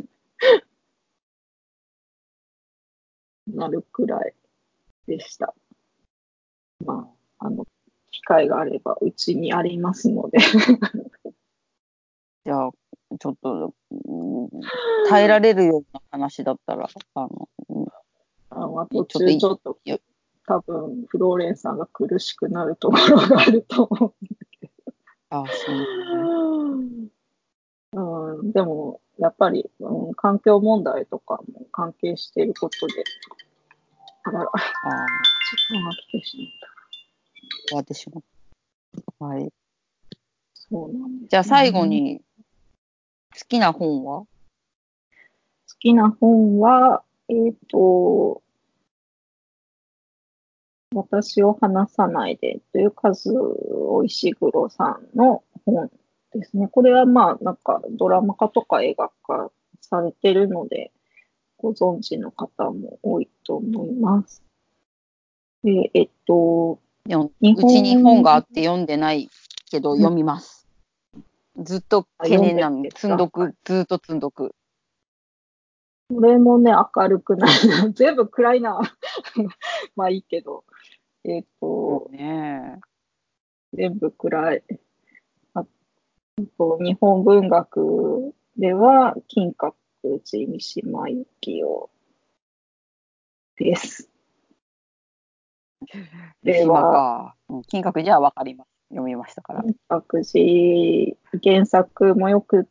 なるくらいでした。まあ、機会があればうちにありますのでじゃあ、ちょっと、耐えられるような話だったら、 途ちょっと中ちょっと多分フローレンさんが苦しくなるところがあると思そうね。 う。でも、やっぱり、環境問題とかも関係していることで、あらら、時間が来てしまった。 終わってしまった。はい。 そうなんです、ね。 じゃあ最後に、好きな本は？ 好きな本は、私を話さないでという数尾石黒さんの本ですね。これはまあ、なんかドラマ化とか映画化されてるので、ご存知の方も多いと思います。で、 うちに本があって読んでないけど読みます。ずっと懸読んで念なの。 るんですか？ ずっと積んどく。 これもね、明るくないな。全部暗いな。まあいいけど。えっそうと、 ね。 全部暗い。あと、日本文学では、金閣寺三島由紀夫です。で島は、 か。金閣寺はわかります。読みましたから。 金閣寺、原作もよくって、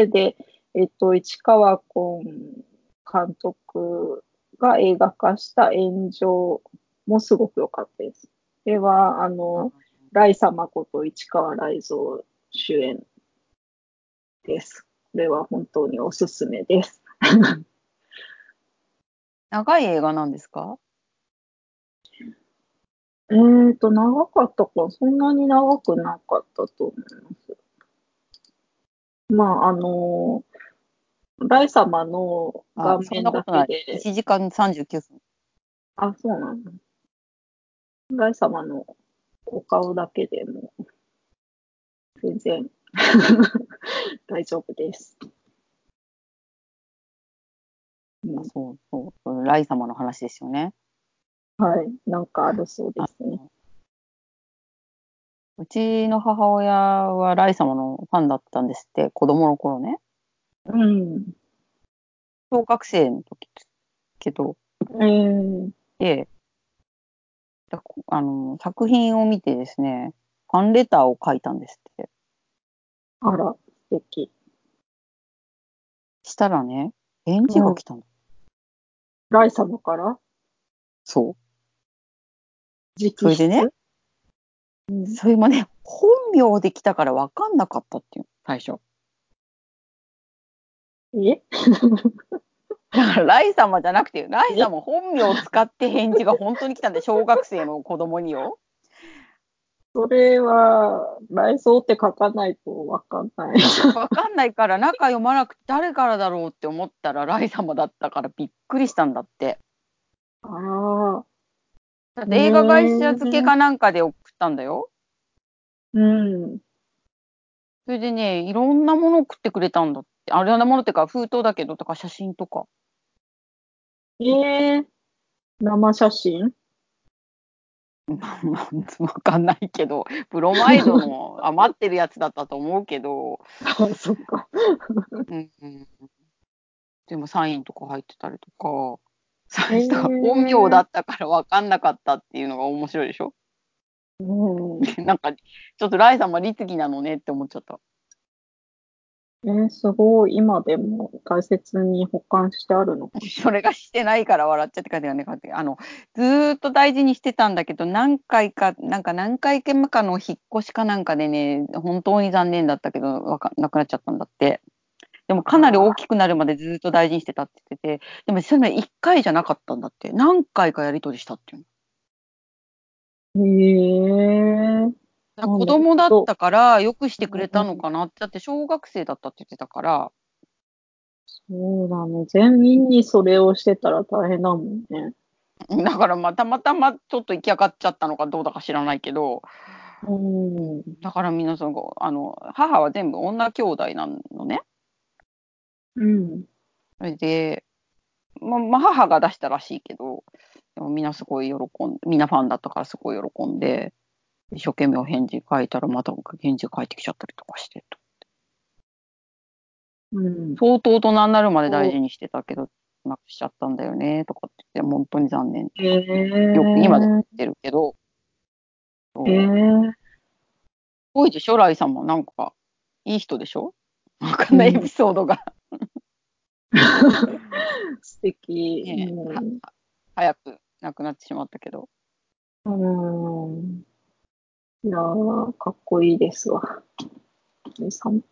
で、市川崑監督が映画化した炎上もすごく良かったです。では、ライ様こと市川雷蔵主演です。これは本当におすすめです。 長い映画なんですか？ 長かったか、そんなに長くなかったと思います。まあ、ライ様の顔そん面だなことない。 けで、 1時間39分。 あ、そうなの。ライ様のお顔だけでも全然大丈夫です。うん、 そうそう。ライ様の話ですよね。 はい、なんかあるそうであすね。 うちの母親はライ様のファンだったんですって、子供の頃ね。 うん。 小学生の時ですけど、 ー、 で、作品を見てですね、ファンレターを書いたんですって。 あら、素敵。 したらね、返事うん。 が来たの。 ライ様からそう。 直それでね、 筆。うん。 それもね、本名で来たから分かんなかったっていう、最初。 えだから、ライ様じゃなくて、ライえ様本名を使って返事が本当に来たんで、小学生の子供によ。 それは、内装って書かないとわかんない。 分かんないから中読まなくて誰からだろうって思ったらライ様だったからびっくりしたんだって。 ああ、 だって映画会社付けねえ。 かなんかで送ったんだよ。 うん。 それでね、いろんなもの送ってくれたんだって。いろんなものっていうか封筒だけどとか写真とか。 ええ、生写真わかんないけど、ブロマイドの余ってるやつだったと思うけど、 あ、そっか。 うんうん、でもサインとか入ってたりとか、 えだから本名だえ、 ったから分かんなかったっていうのが面白いでしょ。 うん。 なんか、ちょっとライさんも律儀なのねって思っちゃった。 すごい。今でも大切に保管してあるのかしそれがしてないから笑っちゃって感じがね、ずーっと大事にしてたんだけど、何回かの引っ越しかなんかでね、本当に残念だったけど、なくなっちゃったんだって。でもかなり大ら。 きくなるまでずーっと大事にしてたって言ってて、でもそれ1回じゃなかったんだって。何回かやり取りしたっていうの。 へえ。なんだ子供だっと、 たからよくしてくれたのうん、 かなって。だって小学生だったって言ってたから、 そうだね。全員にそれをしてたら大変だもんね。 だからまあたまたまちょっと行き上がっちゃったのかどうだか知らないけど、 うん。 だから皆さんが、母は全部女兄弟なのね。 うん。 それで、まあ母が出したらしいけど、でもみんなすごいみんなファンだったからすごい喜んで、一生懸命お返事書いたらまた返事返ってきちゃったりとかしてと。 うん。 相当大人になるまで大そ事にしてたけど、なくしちゃったんだよね、とかって言って、本当に残念とう。へかってよく今でもえ。 言ってるけど、 へそう。 え。 すごいでしょ、ライさんもなんか、いい人でしょ、わかんないエピうん。 ソードが。 素敵。 ねえ、 うん。 早く亡くなってしまったけど。 うん。いやー、かっこいいですわ。さん。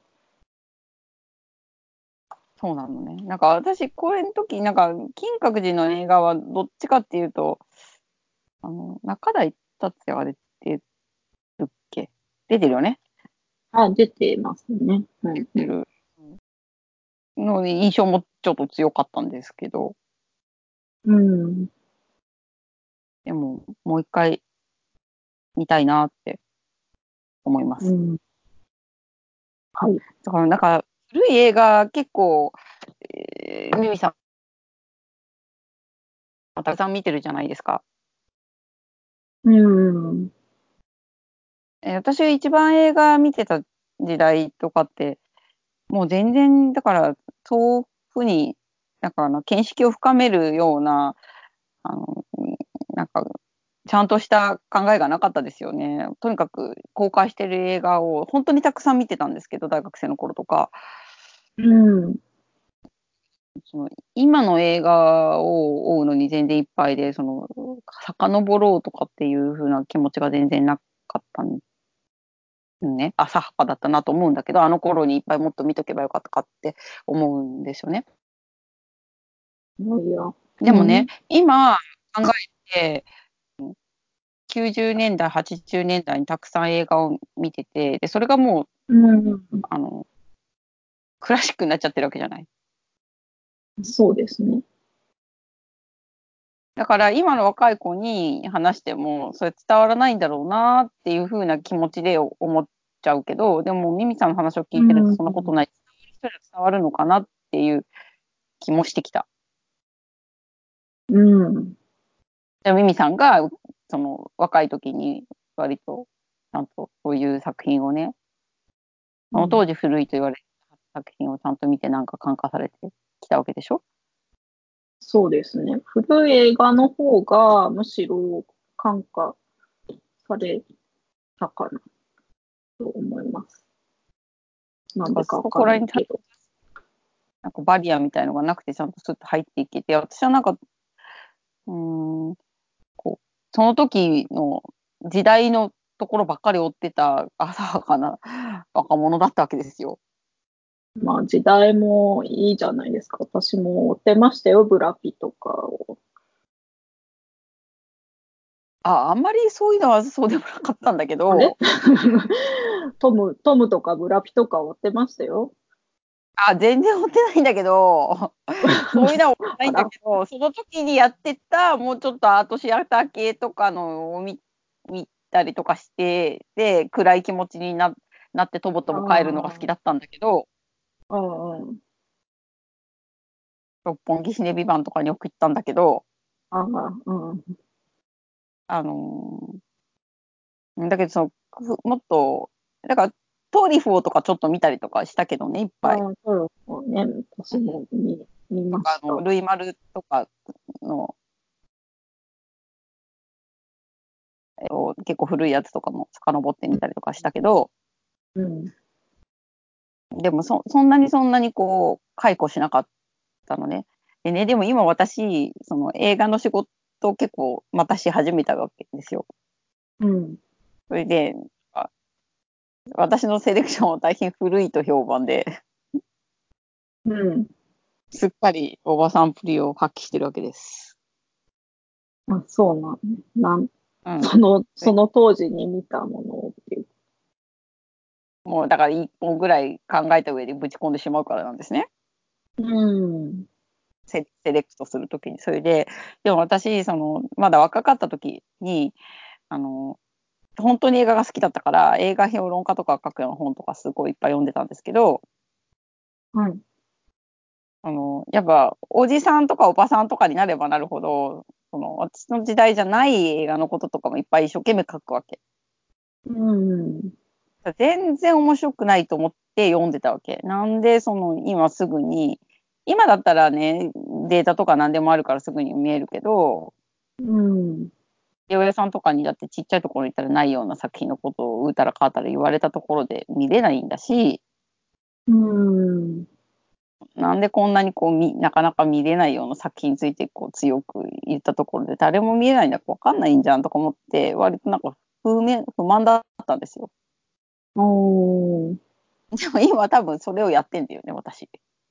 そうなのね。なんか私、公演の時、なんか、金閣寺の映画はどっちかっていうと、中台達也が出てるっけ、出てるよね。 あ、出てますね。うん。うん。 出てるのに印象もちょっと強かったんですけど、 うん。 でも、もう一回見たいなって思います。 うん。はい。 だから、なんか、古い映画結構、ミミさん、たくさん見てるじゃないですか。 うん。 私が一番映画見てた時代とかって、もう全然、だから、そういうふうに、だから見識を深めるような、あの、なんか、ちゃんとした考えがなかったですよね。とにかく公開してる映画を本当にたくさん見てたんですけど、大学生の頃とか、 うん。 その今の映画を追うのに全然いっぱいで、遡ろうとかっていう風な気持ちが全然なかったんね。浅はかだったなと思うんだけど、あの頃にいっぱいもっと見とけばよかったかって思うんですよね。 いやいや。 でもね、 うん。 今考えて、90年代、80年代にたくさん映画を見てて、で、それがもう、 うん。 クラシックになっちゃってるわけじゃない。 そうですね。 だから今の若い子に話しても、それ伝わらないんだろうなっていう風な気持ちで思っちゃうけど、でもミミさんの話を聞いてるとうん。 そんなことない。伝わる人には伝わるのかなっていう気もしてきた。 うん。 でミミさんが、若い時に割と、ちゃんとそういう作品をね、その当時古いと言われた作品をちゃんと見てなんか感化されてきたわけでしょ。 そうですね。古い映画の方がむしろ感化されたかなと思います。なんだからそでかわかんこら辺にないけど。 なんかバリアみたいのがなくてちゃんとスッと入っていけて、私はなんか、うーん、その時の時代のところばっかり追ってた浅はかな若者だったわけですよ。 まあ時代もいいじゃないですか。私も追ってましたよ、ブラピとかを。 あんまりそういうのはそうでもなかったんだけあれど、 トムとかブラピとか追ってましたよ。 全然追ってないんだけど、そういうのは追ってないんだあら、 けど、その時にやってた、もうちょっとアートシアター系とかのを見たりとかして、で、暗い気持ちになってとぼとぼ帰るのが好きだったんだけど、 ああ、 六本木シネビバンとかに送ったんだけど、 ああ、うん。 あのだけどもっと、だからトリフォーとかちょっと見たりとかしたけどね、いっぱい。 ああ、そうね。私も見とか、 ました。 ルイマルとかの、結構古いやつとかも遡ってみたりとかしたけど、 うん。 でもそんなにこう、解雇しなかったのね。でね、でも今私、その映画の仕事を結構またし始めたわけですよ。 うん。 それで、あ私のセレクションは大変古いと評判で、 うん。 すっかりおばさんプリを発揮してるわけです。 あ、そうなんね。 うん。 その当時に見たものをっていう。 もうだから一本ぐらい考えた上でぶち込んでしまうからなんですね。 うん。 セレクトするときに。それで、でも私、まだ若かった時に、あの、本当に映画が好きだったから、映画評論家とか書くような本とかすごいいっぱい読んでたんですけど、 はい。 やっぱ、おじさんとかおばさんとかになればなるほど、私の時代じゃない映画のこととかもいっぱい一生懸命書くわけ。 うん。 全然面白くないと思って読んでたわけ。なんで、今すぐに、今だったらね、データとか何でもあるからすぐに見えるけど、 うん。 八百屋さんとかにだってちっちゃいところに行ったらないような作品のことをうたらかーたら言われたところで見れないんだし、 うん。 なんでこんなにこうなかなか見れないような作品についてこう強く言ったところで誰も見えないんだかわかんないんじゃんとか思って、割となんか不満だったんですよ。 おー。 でも今多分それをやってんだよね、私。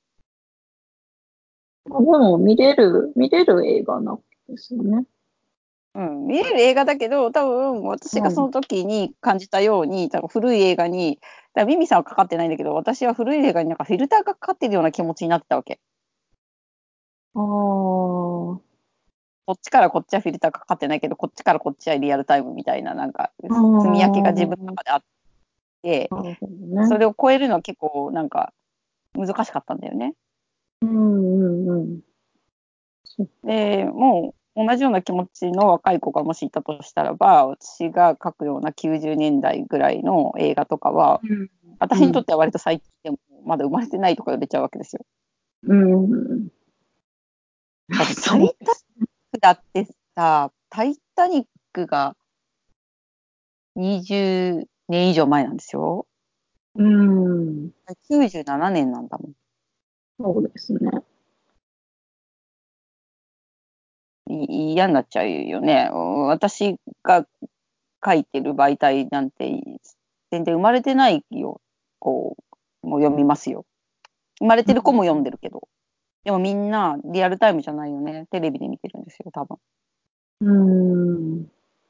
でも見れる映画なわけですよね。 うん、見れる映画だけど、多分私がそうの時に感じたように、多分古い映画に、だからミミさんはかかってないんだけど、私は古い映画になんかフィルターがかかってるような気持ちになってたわけ。 ん。ああ。 こっちからこっちはフィルターかかってないけど、こっちからこっちはリアルタイムみたいな、なんか、 あ積み分けが自分のあ。 中であって、 なるほどね。 それを超えるのは結構、なんか、難しかったんだよね。 うんうんうん。そっか。 で、もう、同じような気持ちの若い子がもしいたとしたらば、私が描くような90年代ぐらいの映画とかは、 うんうん。 私にとっては割と最近でも、まだ生まれてないとか言われちゃうわけですよ。 うん。 だってタイタニッそうです。 クだってさ、タイタニックが20年以上前なんですよ。 うん。 97年なんだもん。 そうですね。 嫌になっちゃうよね。私が書いてる媒体なんて全然生まれてないよ。こもう読みますよ。生まれてる子も読んでるけど。でもみんなリアルタイムじゃないよね。テレビで見てるんですよ、多分。 うん。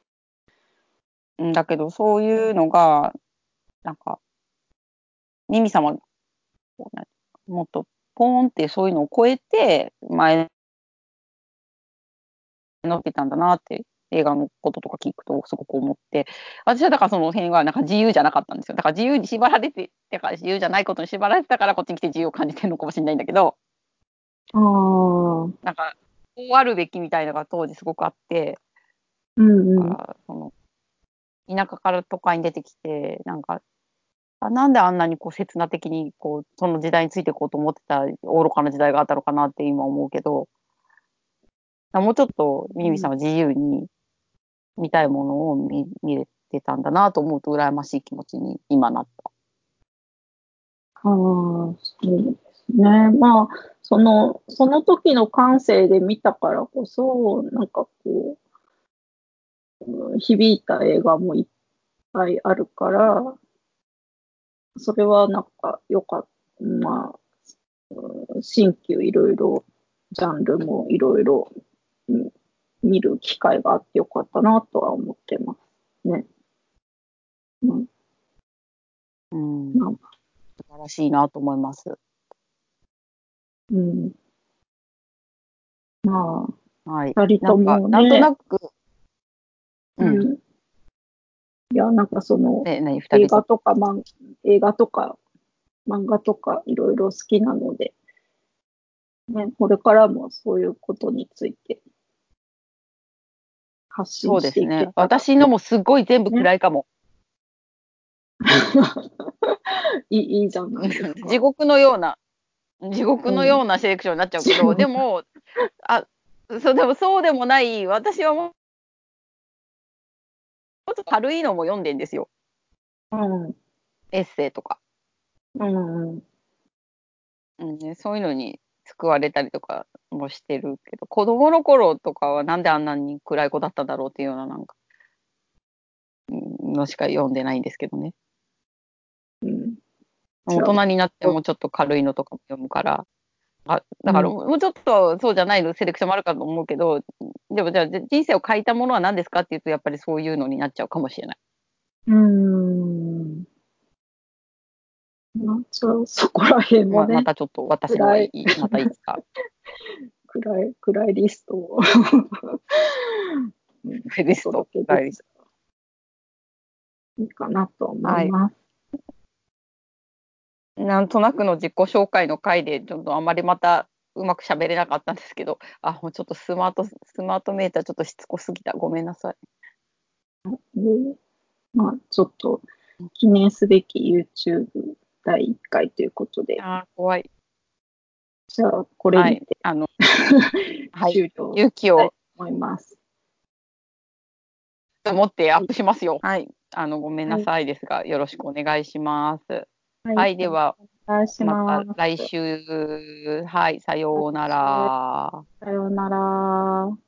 だけど、そういうのが、なんか、ミミ様、もっとポーンってそういうのを超えて、前のってたんだなって、映画のこととか聞くとすごく思って、私はだからその辺はなんか自由じゃなかったんですよ。だから自由に縛られて、だから自由じゃないことに縛られてたからこっちに来て自由を感じてるのかもしれないんだけど、 ああ。 なんか、こうあるべきみたいなのが当時すごくあって、 うんうん。 あ田舎から都会に出てきて、なんか、なんであんなにこう刹那的にこうその時代についていこうと思ってた愚かな時代があったのかなって今思うけど、もうちょっとミミさんは自由に見たいものを見れてたんだなと思うと羨ましい気持ちに今なった。 ああ、そうですね。まあ、その時の感性で見たからこそ、なんかこう、響いた映画もいっぱいあるから、それはなんか良かった。まあ、新旧いろいろ、ジャンルもいろいろ見る機会があってよかったなとは思ってますね。うん、 うん、 なんか素晴らしいなと思います。 うん、まあ、 はい。 二人ともなんとね、 なく、ううん。 ん、いや、なんか二映人と。 画とか、映画とか漫画とかいろいろ好きなので、ね、これからもそういうことについて発信そうしていけですね。 たら、 私のもすっごい全部ね、 暗いかも。 いいじゃないです地か。 獄のような、地獄のうん。 ようなセレクションになっちゃうけど、でも、あ、でもそうでもない、私はもうちょっと軽いのも読んでんですよ。 うん。 エッセイとか。 うん。 うんね、そういうのに救われたりとかもしてるけど、子供の頃とかはなんであんなに暗い子だったんだろうっていうようななんか、のしか読んでないんですけどね。 うん。じ大ゃあ、 人になってもうちょっと軽いのとかも読むから、だからうん。 もうちょっとそうじゃないのセレクションもあるかと思うけど、でもじゃあ人生を変えたものは何ですかっていうと、やっぱりそういうのになっちゃうかもしれない。 うーん。じゃあ、そこら辺もね、 またちょっと私の暗い、 またいつか、 暗いリストをおリスト、 届けできリスト。 たらいいかなと思いはい。 ます。 なんとなくの自己紹介の回で、ちょっとあまりまたうまく喋れなかったんですけど、もうちょっとスマートメーターちょっとしつこすぎた。ごめんなさい。 で、まあ、ちょっと記念すべき YouTube 第1回ということで、 怖い。 じゃあ、これはい。 にてはい。 終了したいと勇気を思います。 持ってアはい。 ップしますよ。はい。ごめんはい。 なさいですが、よろしくお願いします。 はい。よはい。では、 ろしくお願いしまます。 た来週。はい。さような来週、 ら。 さようなら。